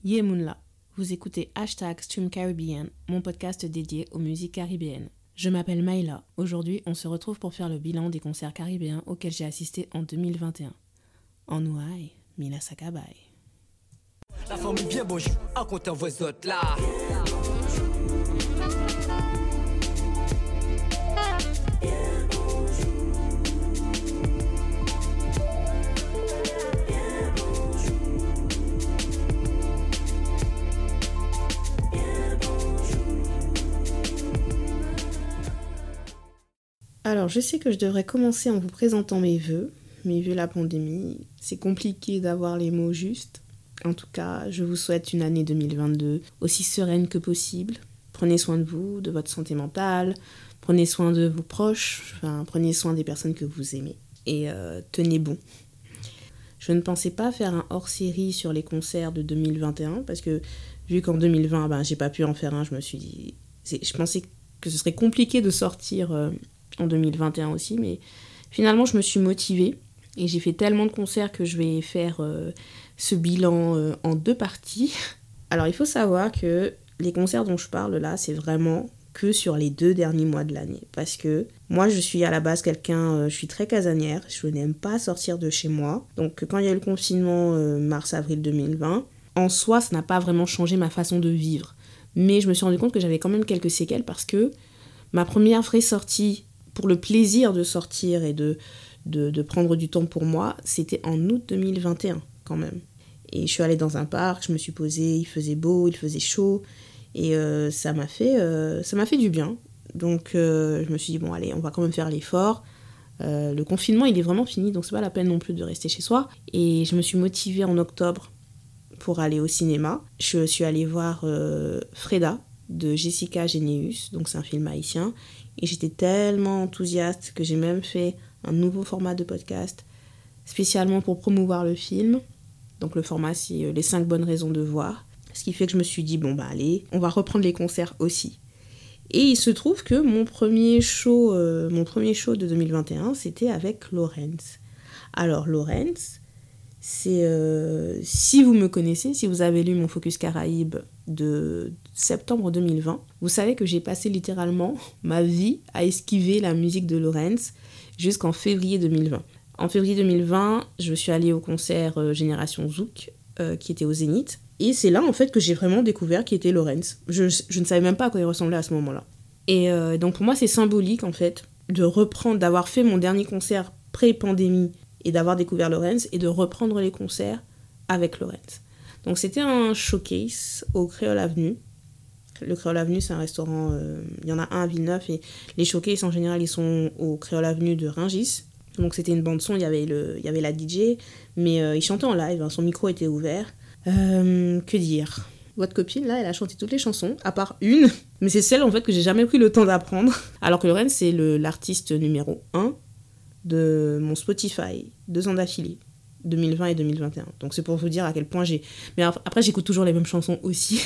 Yemunla, vous écoutez Stream Caribbean, mon podcast dédié aux musiques caribéennes. Je m'appelle Maïla. Aujourd'hui, on se retrouve pour faire le bilan des concerts caribéens auxquels j'ai assisté en 2021. En Ouaï, Mila Sakabay. La famille bien bonjour, à compter vos autres là. Alors, je sais que je devrais commencer en vous présentant mes vœux la pandémie. C'est compliqué d'avoir les mots justes. En tout cas, je vous souhaite une année 2022 aussi sereine que possible. Prenez soin de vous, de votre santé mentale, prenez soin de vos proches, prenez soin des personnes que vous aimez. Et tenez bon. Je ne pensais pas faire un hors-série sur les concerts de 2021 parce que vu qu'en 2020, j'ai pas pu en faire un, je me suis dit... Je pensais que ce serait compliqué de sortir en 2021 aussi, mais finalement, je me suis motivée et j'ai fait tellement de concerts que je vais faire ce bilan en 2 parties. Alors, il faut savoir que les concerts dont je parle là, c'est vraiment que sur les 2 derniers mois de l'année. Parce que moi, je suis à la base je suis très casanière, je n'aime pas sortir de chez moi. Donc, quand il y a eu le confinement mars-avril 2020, en soi, ça n'a pas vraiment changé ma façon de vivre. Mais je me suis rendu compte que j'avais quand même quelques séquelles parce que ma première vraie sortie, pour le plaisir de sortir et de prendre du temps pour moi, c'était en août 2021 quand même. Et je suis allée dans un parc, je me suis posée, il faisait beau, il faisait chaud, et ça m'a fait du bien. Donc je me suis dit, bon allez, on va quand même faire l'effort. Le confinement, il est vraiment fini, donc c'est pas la peine non plus de rester chez soi. Et je me suis motivée en octobre pour aller au cinéma. Je suis allée voir Freda, de Jessica Généus, donc c'est un film haïtien. Et j'étais tellement enthousiaste que j'ai même fait un nouveau format de podcast spécialement pour promouvoir le film. Donc le format, c'est les 5 bonnes raisons de voir. Ce qui fait que je me suis dit, allez, on va reprendre les concerts aussi. Et il se trouve que mon premier show de 2021, c'était avec Laurens. Alors Laurens, c'est... si vous me connaissez, si vous avez lu mon Focus Caraïbes de septembre 2020, vous savez que j'ai passé littéralement ma vie à esquiver la musique de Laurens jusqu'en février 2020. En février 2020, je suis allée au concert Génération Zouk, qui était au Zénith. Et c'est là, en fait, que j'ai vraiment découvert qui était Laurens. Je ne savais même pas à quoi il ressemblait à ce moment-là. Et donc, pour moi, c'est symbolique, en fait, d'avoir fait mon dernier concert pré-pandémie et d'avoir découvert Laurens et de reprendre les concerts avec Laurens. Donc, c'était un showcase au Créole Avenue. Le Créole Avenue, c'est un restaurant... il y en a un à Villeneuve et les showcases, en général, ils sont au Créole Avenue de Rungis. Donc, c'était une bande-son, il y avait la DJ, mais il chantait en live, son micro était ouvert. Que dire ? Votre copine, là, elle a chanté toutes les chansons, à part une, mais c'est celle, en fait, que j'ai jamais pris le temps d'apprendre. Alors que Laurens, c'est l'artiste numéro 1 de mon Spotify, 2 ans d'affilée, 2020 et 2021. Donc, c'est pour vous dire à quel point Mais après, j'écoute toujours les mêmes chansons aussi.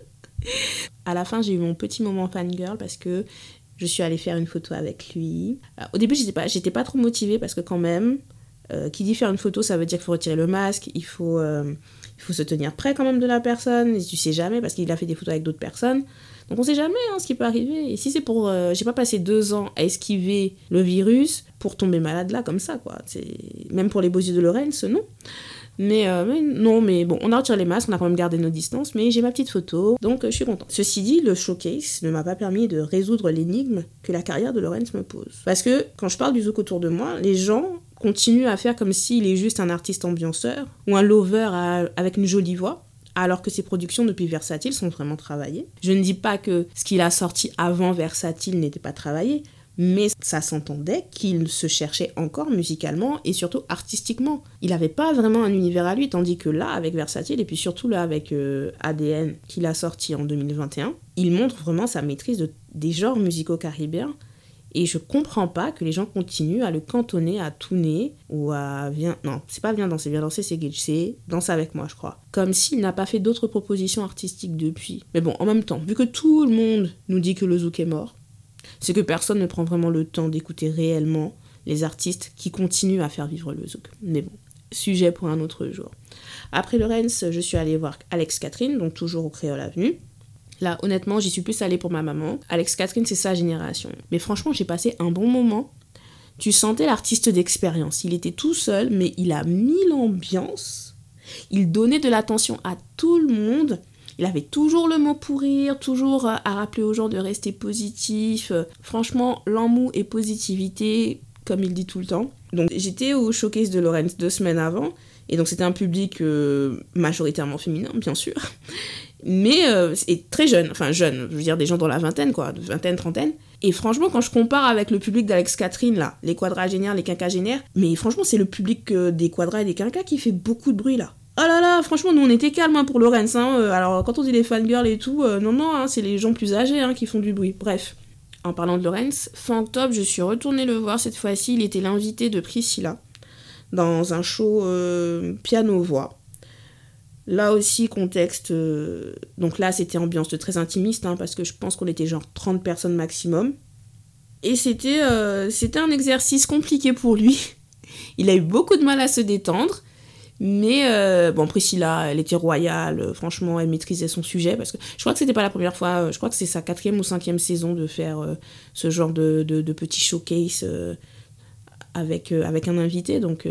À la fin, j'ai eu mon petit moment fangirl parce que je suis allée faire une photo avec lui. Alors, au début, j'étais pas trop motivée parce que quand même, qui dit faire une photo, ça veut dire qu'il faut retirer le masque, il faut se tenir près quand même de la personne, et tu sais jamais parce qu'il a fait des photos avec d'autres personnes. Donc on sait jamais ce qui peut arriver. Et si c'est pour... j'ai pas passé 2 ans à esquiver le virus pour tomber malade là, comme ça, quoi. Même pour les beaux yeux de Laurens, non. Mais bon, on a retiré les masques, on a quand même gardé nos distances, mais j'ai ma petite photo, donc je suis contente. Ceci dit, le showcase ne m'a pas permis de résoudre l'énigme que la carrière de Laurens me pose. Parce que quand je parle du zouk autour de moi, les gens continuent à faire comme s'il est juste un artiste ambianceur ou un lover avec une jolie voix, alors que ses productions depuis Versatile sont vraiment travaillées. Je ne dis pas que ce qu'il a sorti avant Versatile n'était pas travaillé, mais ça s'entendait qu'il se cherchait encore musicalement et surtout artistiquement. Il n'avait pas vraiment un univers à lui, tandis que là, avec Versatile, et puis surtout là, avec ADN, qu'il a sorti en 2021, il montre vraiment sa maîtrise des genres musicaux caribéens. Et je comprends pas que les gens continuent à le cantonner à Touné ou à non, c'est pas Viens danser, c'est Gage, c'est Danse avec moi, je crois. Comme s'il n'a pas fait d'autres propositions artistiques depuis. Mais bon, en même temps, vu que tout le monde nous dit que le zouk est mort, c'est que personne ne prend vraiment le temps d'écouter réellement les artistes qui continuent à faire vivre le zouk. Mais bon, sujet pour un autre jour. Après Lawrence, je suis allée voir Alex Catherine, donc toujours au Créole Avenue. Là, honnêtement, j'y suis plus allée pour ma maman. Alex Catherine, c'est sa génération. Mais franchement, j'ai passé un bon moment. Tu sentais l'artiste d'expérience. Il était tout seul, mais il a mis l'ambiance. Il donnait de l'attention à tout le monde. Il avait toujours le mot pour rire, toujours à rappeler aux gens de rester positif. Franchement, l'amour et positivité, comme il dit tout le temps. Donc, j'étais au showcase de Lawrence 2 semaines avant. Et donc, c'était un public majoritairement féminin, bien sûr. Mais très jeune, enfin jeune, je veux dire des gens dans la vingtaine, quoi, vingtaine, trentaine. Et franchement, quand je compare avec le public d'Alex Catherine, là, les quadragénaires, les quinquagénaires, mais franchement, c'est le public des quadras et des quinquas qui fait beaucoup de bruit, là. Oh là là, franchement, nous, on était calmes pour Lawrence, alors, quand on dit les fangirls et tout, non, c'est les gens plus âgés qui font du bruit. Bref, en parlant de Lawrence, fin octobre, je suis retournée le voir. Cette fois-ci, il était l'invité de Priscilla dans un show piano-voix. Là aussi, contexte... donc là, c'était ambiance de très intimiste, parce que je pense qu'on était genre 30 personnes maximum. Et c'était un exercice compliqué pour lui. Il a eu beaucoup de mal à se détendre. Mais Priscilla, elle était royale. Franchement, elle maîtrisait son sujet. Parce que je crois que c'était pas la première fois. Je crois que c'est sa 4e ou 5e saison de faire ce genre de petit showcase avec un invité. Donc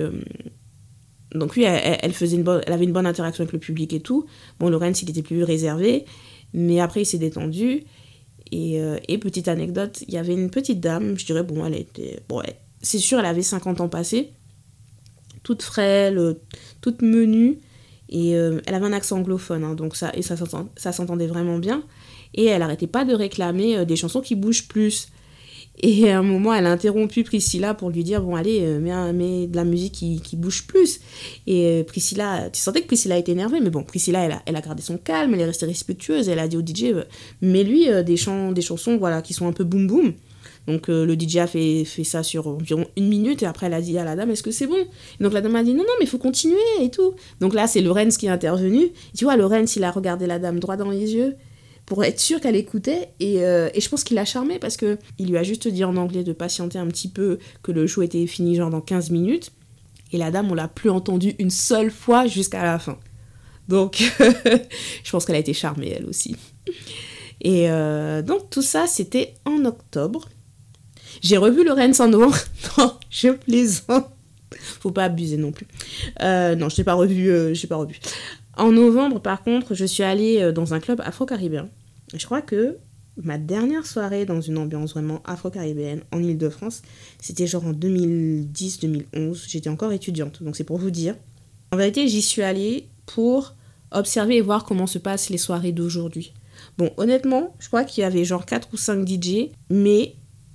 oui, elle avait une bonne interaction avec le public et tout. Bon, Lawrence, il était plus réservé, mais après, il s'est détendu. Et petite anecdote, il y avait une petite dame, je dirais, c'est sûr, elle avait 50 ans passés, toute frêle, toute menue, et elle avait un accent anglophone, donc ça s'entendait vraiment bien. Et elle n'arrêtait pas de réclamer des chansons qui bougent plus. Et à un moment, elle a interrompu Priscilla pour lui dire « Bon, allez, mets de la musique qui bouge plus. » Et Priscilla, tu sentais que Priscilla était énervée, mais bon, Priscilla, elle a gardé son calme, elle est restée respectueuse, elle a dit au DJ « Mets-lui des chansons voilà, qui sont un peu boum boum. » Donc le DJ a fait ça sur environ 1 minute, et après elle a dit à la dame « Est-ce que c'est bon ?» Et donc la dame a dit « Non, mais il faut continuer et tout. » Donc là, c'est Lawrence qui est intervenu. Et tu vois, Lawrence, il a regardé la dame droit dans les yeux, pour être sûr qu'elle écoutait, et je pense qu'il l'a charmée parce qu'il lui a juste dit en anglais de patienter un petit peu, que le show était fini genre dans 15 minutes, et la dame, on l'a plus entendue une seule fois jusqu'à la fin. Donc, je pense qu'elle a été charmée, elle aussi. Et donc, tout ça, c'était en octobre. J'ai revu Lawrence en novembre. Non, je plaisante. Faut pas abuser non plus. Non, je l'ai pas revu. En novembre, par contre, je suis allée dans un club afro-caribéen. Je crois que ma dernière soirée dans une ambiance vraiment afro-caribéenne en Ile-de-France, c'était genre en 2010-2011. J'étais encore étudiante, donc c'est pour vous dire. En vérité, j'y suis allée pour observer et voir comment se passent les soirées d'aujourd'hui. Bon, honnêtement, je crois qu'il y avait genre 4 ou 5 DJ, mais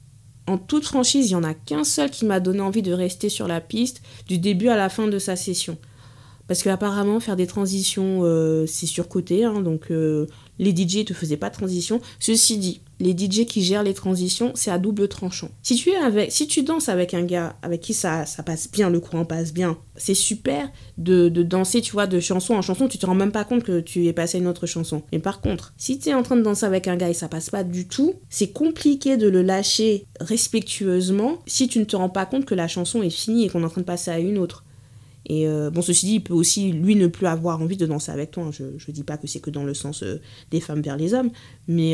en toute franchise, il n'y en a qu'un seul qui m'a donné envie de rester sur la piste du début à la fin de sa session. Parce qu'apparemment, faire des transitions, c'est surcoté, donc les DJ ne te faisaient pas de transition. Ceci dit, les DJ qui gèrent les transitions, c'est à double tranchant. Si tu danses avec un gars avec qui ça passe bien, le courant passe bien, c'est super de danser, tu vois, de chanson en chanson, tu te rends même pas compte que tu es passé à une autre chanson. Mais par contre, si tu es en train de danser avec un gars et ça passe pas du tout, c'est compliqué de le lâcher respectueusement si tu ne te rends pas compte que la chanson est finie et qu'on est en train de passer à une autre. Et ceci dit, il peut aussi, lui, ne plus avoir envie de danser avec toi. Je dis pas que c'est que dans le sens des femmes vers les hommes, mais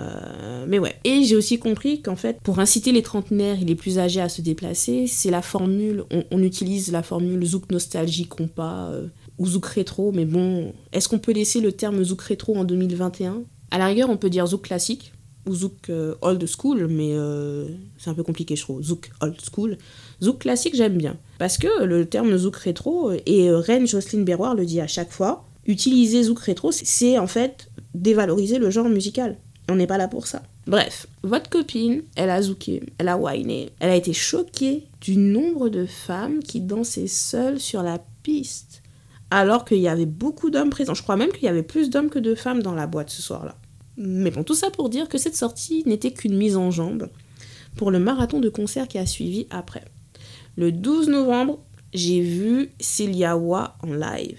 ouais. Et j'ai aussi compris qu'en fait, pour inciter les trentenaires et les plus âgés à se déplacer, c'est la formule, on utilise la formule zouk nostalgie compas ou zouk rétro, mais bon, est-ce qu'on peut laisser le terme zouk rétro en 2021 ? À la rigueur, on peut dire zouk classique ou zouk old school, mais c'est un peu compliqué, je trouve. Zouk old school. Zouk classique, j'aime bien. Parce que le terme zouk rétro, et Reine Jocelyne Berroir le dit à chaque fois, utiliser zouk rétro, c'est en fait dévaloriser le genre musical. On n'est pas là pour ça. Bref, votre copine, elle a zouké, elle a whiné, elle a été choquée du nombre de femmes qui dansaient seules sur la piste. Alors qu'il y avait beaucoup d'hommes présents. Je crois même qu'il y avait plus d'hommes que de femmes dans la boîte ce soir-là. Mais bon, tout ça pour dire que cette sortie n'était qu'une mise en jambe pour le marathon de concerts qui a suivi après. Le 12 novembre, j'ai vu Celia Wa en live.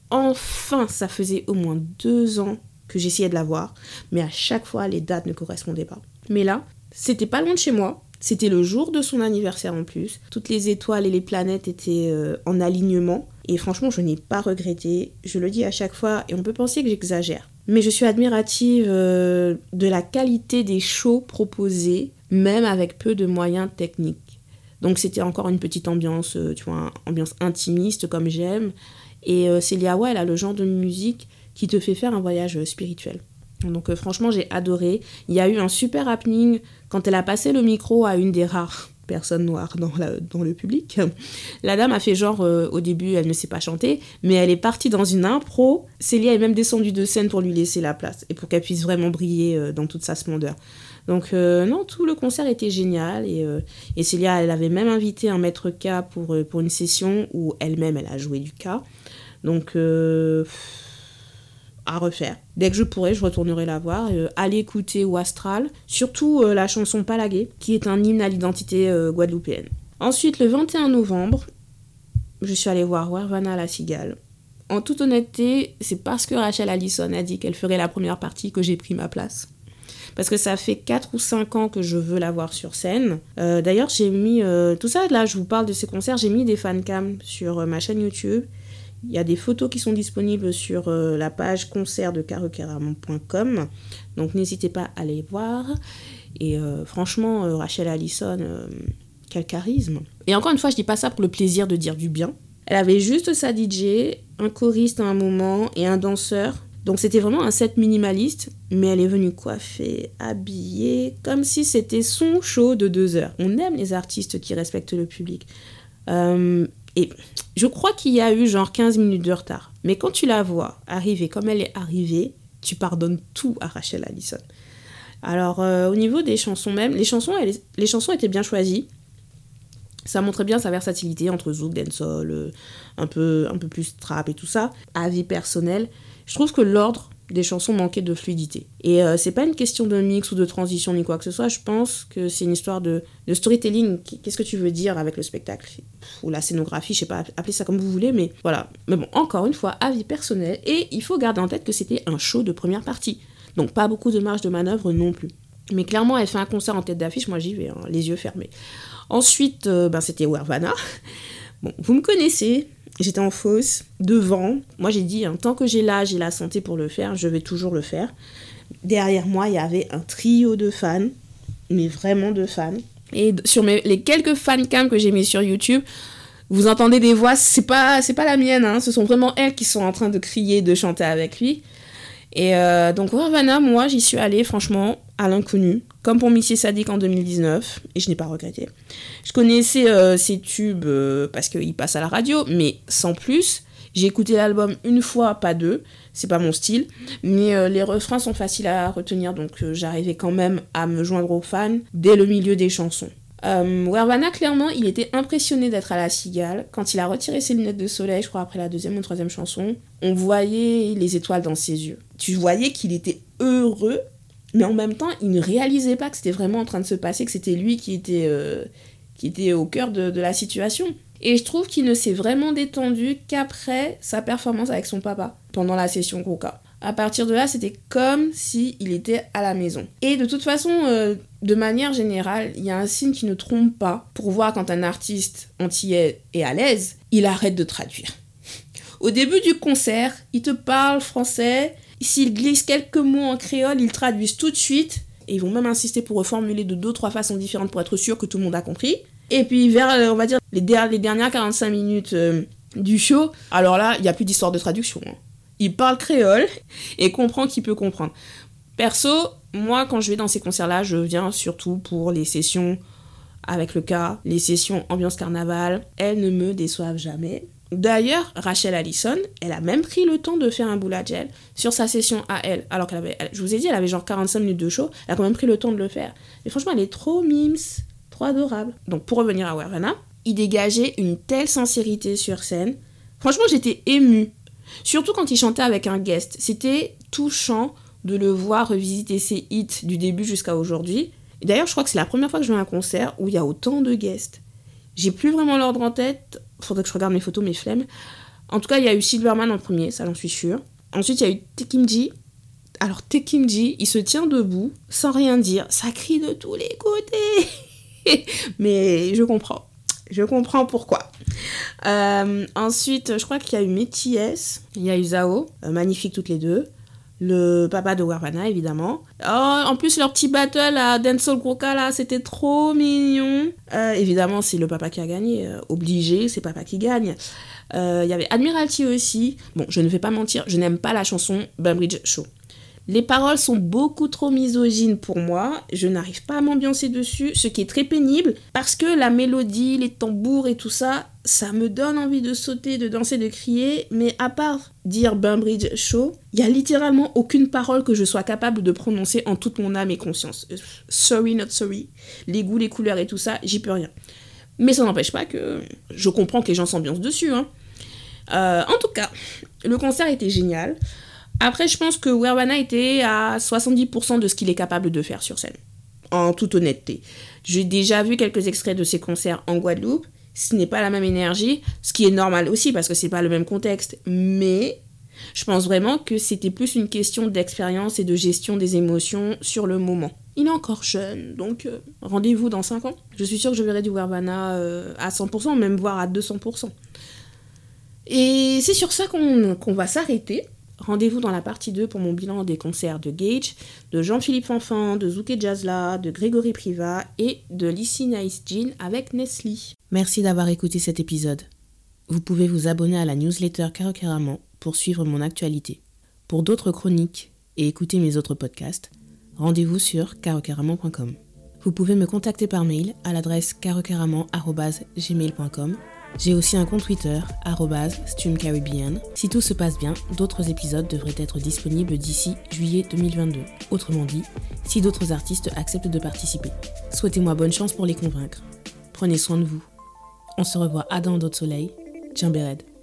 Enfin, ça faisait au moins 2 ans que j'essayais de la voir, mais à chaque fois, les dates ne correspondaient pas. Mais là, c'était pas loin de chez moi, c'était le jour de son anniversaire en plus. Toutes les étoiles et les planètes étaient en alignement. Et franchement, je n'ai pas regretté. Je le dis à chaque fois et on peut penser que j'exagère. Mais je suis admirative de la qualité des shows proposés, même avec peu de moyens techniques. Donc c'était encore une petite ambiance, tu vois, ambiance intimiste comme j'aime. Et Célia, ouais, elle a le genre de musique qui te fait faire un voyage spirituel. Donc franchement, j'ai adoré. Il y a eu un super happening quand elle a passé le micro à une des rares personnes noires dans le public. La dame a fait genre, au début, elle ne sait pas chanter, mais elle est partie dans une impro. Célia est même descendue de scène pour lui laisser la place et pour qu'elle puisse vraiment briller dans toute sa splendeur. Donc non, tout le concert était génial et Célia, elle avait même invité un maître K pour une session où elle-même, elle a joué du K. Donc à refaire. Dès que je pourrai, je retournerai la voir. Allez écouter Ouastral, surtout la chanson Palagué, qui est un hymne à l'identité guadeloupéenne. Ensuite, le 21 novembre, je suis allée voir Wervana à la Cigale. En toute honnêteté, c'est parce que Rachel Allison a dit qu'elle ferait la première partie que j'ai pris ma place. Parce que ça fait 4 ou 5 ans que je veux la voir sur scène. D'ailleurs, j'ai mis... tout ça, là, je vous parle de ces concerts, j'ai mis des fancams sur ma chaîne YouTube. Il y a des photos qui sont disponibles sur la page concert de carocaramon.com. Donc n'hésitez pas à les voir. Et franchement, Rachel Allison, quel charisme. Et encore une fois, je dis pas ça pour le plaisir de dire du bien. Elle avait juste sa DJ, un choriste à un moment et un danseur. Donc c'était vraiment un set minimaliste, mais elle est venue coiffée, habillée, comme si c'était son show de 2 heures. On aime les artistes qui respectent le public. Et je crois qu'il y a eu genre 15 minutes de retard. Mais quand tu la vois arriver comme elle est arrivée, tu pardonnes tout à Rachel Allison. Alors, au niveau des chansons même, les chansons étaient bien choisies. Ça montrait bien sa versatilité entre zouk, dancehall, un peu plus trap et tout ça. Avis personnel, je trouve que l'ordre des chansons manquait de fluidité. Et c'est pas une question de mix ou de transition ni quoi que ce soit, je pense que c'est une histoire de storytelling. Qu'est-ce que tu veux dire avec le spectacle ou la scénographie, je sais pas, appelez ça comme vous voulez, mais voilà. Mais bon, encore une fois, avis personnel, et il faut garder en tête que c'était un show de première partie. Donc pas beaucoup de marge de manœuvre non plus. Mais clairement, elle fait un concert en tête d'affiche, moi j'y vais, hein, les yeux fermés. Ensuite, c'était Wervana. Bon, vous me connaissez, j'étais en fosse, devant. Moi, j'ai dit, tant que j'ai l'âge et la santé pour le faire, je vais toujours le faire. Derrière moi, il y avait un trio de fans, mais vraiment de fans. Et sur les quelques fancams que j'ai mis sur YouTube, vous entendez des voix, c'est pas la mienne, hein, ce sont vraiment elles qui sont en train de crier, de chanter avec lui. Et donc, Wervana, moi, j'y suis allée, franchement, à l'inconnu, comme pour Missy Sadiq en 2019, et je n'ai pas regretté. Je connaissais ces tubes parce qu'ils passent à la radio, mais sans plus. J'ai écouté l'album une fois, pas deux, c'est pas mon style, mais les refrains sont faciles à retenir, donc j'arrivais quand même à me joindre aux fans dès le milieu des chansons. Wervana, clairement, il était impressionné d'être à la Cigale. Quand il a retiré ses lunettes de soleil, je crois après la 2e ou 3e chanson, on voyait les étoiles dans ses yeux. Tu voyais qu'il était heureux, mais en même temps, il ne réalisait pas que c'était vraiment en train de se passer, que c'était lui qui était au cœur de la situation. Et je trouve qu'il ne s'est vraiment détendu qu'après sa performance avec son papa, pendant la session Coca. À partir de là, c'était comme s'il était à la maison. Et de toute façon, de manière générale, il y a un signe qui ne trompe pas. Pour voir quand un artiste antillais est à l'aise, il arrête de traduire. Au début du concert, il te parle français. S'il glisse quelques mots en créole, ils traduisent tout de suite. Et ils vont même insister pour reformuler de 2-3 façons différentes pour être sûr que tout le monde a compris. Et puis vers, on va dire, les dernières 45 minutes du show, alors là, il n'y a plus d'histoire de traduction. Hein. Il parle créole et comprend qu'il peut comprendre. Perso, moi, quand je vais dans ces concerts-là, je viens surtout pour les sessions avec le cas, les sessions ambiance carnaval. Elles ne me déçoivent jamais. D'ailleurs, Rachel Allison, elle a même pris le temps de faire un boula gel sur sa session à elle. Alors je vous ai dit, elle avait genre 45 minutes de show. Elle a quand même pris le temps de le faire. Et franchement, elle est trop mimes, trop adorable. Donc, pour revenir à Wervana, il dégageait une telle sincérité sur scène. Franchement, j'étais émue. Surtout quand il chantait avec un guest. C'était touchant de le voir revisiter ses hits du début jusqu'à aujourd'hui. Et d'ailleurs, je crois que c'est la première fois que je vais à un concert où il y a autant de guests. J'ai plus vraiment l'ordre en tête. Faudrait que je regarde mes photos, mes flemmes. En tout cas, il y a eu Silverman en premier, ça j'en suis sûre. Ensuite, il y a eu Tekimji. Alors, Tekimji, il se tient debout, sans rien dire. Ça crie de tous les côtés. Mais je comprends. Je comprends pourquoi. Ensuite, je crois qu'il y a eu Métis, il y a eu Zao, magnifiques toutes les deux. Le papa de Warwana, évidemment. Oh, en plus, leur petit battle à Denzel Croca, là, c'était trop mignon. Évidemment, c'est le papa qui a gagné. Obligé, c'est papa qui gagne. Il y avait Admiralty aussi. Bon, je ne vais pas mentir, je n'aime pas la chanson Bumbridge Show. Les paroles sont beaucoup trop misogynes pour moi. Je n'arrive pas à m'ambiancer dessus, ce qui est très pénible parce que la mélodie, les tambours et tout ça, ça me donne envie de sauter, de danser, de crier. Mais à part dire Bumbridge Show, il y a littéralement aucune parole que je sois capable de prononcer en toute mon âme et conscience. Sorry, not sorry. Les goûts, les couleurs et tout ça, j'y peux rien. Mais ça n'empêche pas que je comprends que les gens s'ambiancent dessus. En tout cas, le concert était génial. Après, je pense que Warwana était à 70% de ce qu'il est capable de faire sur scène. En toute honnêteté. J'ai déjà vu quelques extraits de ses concerts en Guadeloupe. Ce n'est pas la même énergie, ce qui est normal aussi parce que c'est pas le même contexte. Mais je pense vraiment que c'était plus une question d'expérience et de gestion des émotions sur le moment. Il est encore jeune, donc rendez-vous dans 5 ans. Je suis sûre que je verrai du Warwana à 100%, même voire à 200%. Et c'est sur ça qu'on va s'arrêter. Rendez-vous dans la partie 2 pour mon bilan des concerts de Gage, de Jean-Philippe Fanfan, de Zouk et Jazzla, de Grégory Priva et de Lissy Nice Jean avec Nestlé. Merci d'avoir écouté cet épisode. Vous pouvez vous abonner à la newsletter Karokéraman pour suivre mon actualité. Pour d'autres chroniques et écouter mes autres podcasts, rendez-vous sur karokéraman.com. Vous pouvez me contacter par mail à l'adresse karokéraman@gmail.com. J'ai aussi un compte Twitter, @StumCaribbean. Si tout se passe bien, d'autres épisodes devraient être disponibles d'ici juillet 2022. Autrement dit, si d'autres artistes acceptent de participer. Souhaitez-moi bonne chance pour les convaincre. Prenez soin de vous. On se revoit à dans d'autres soleils. Djembered.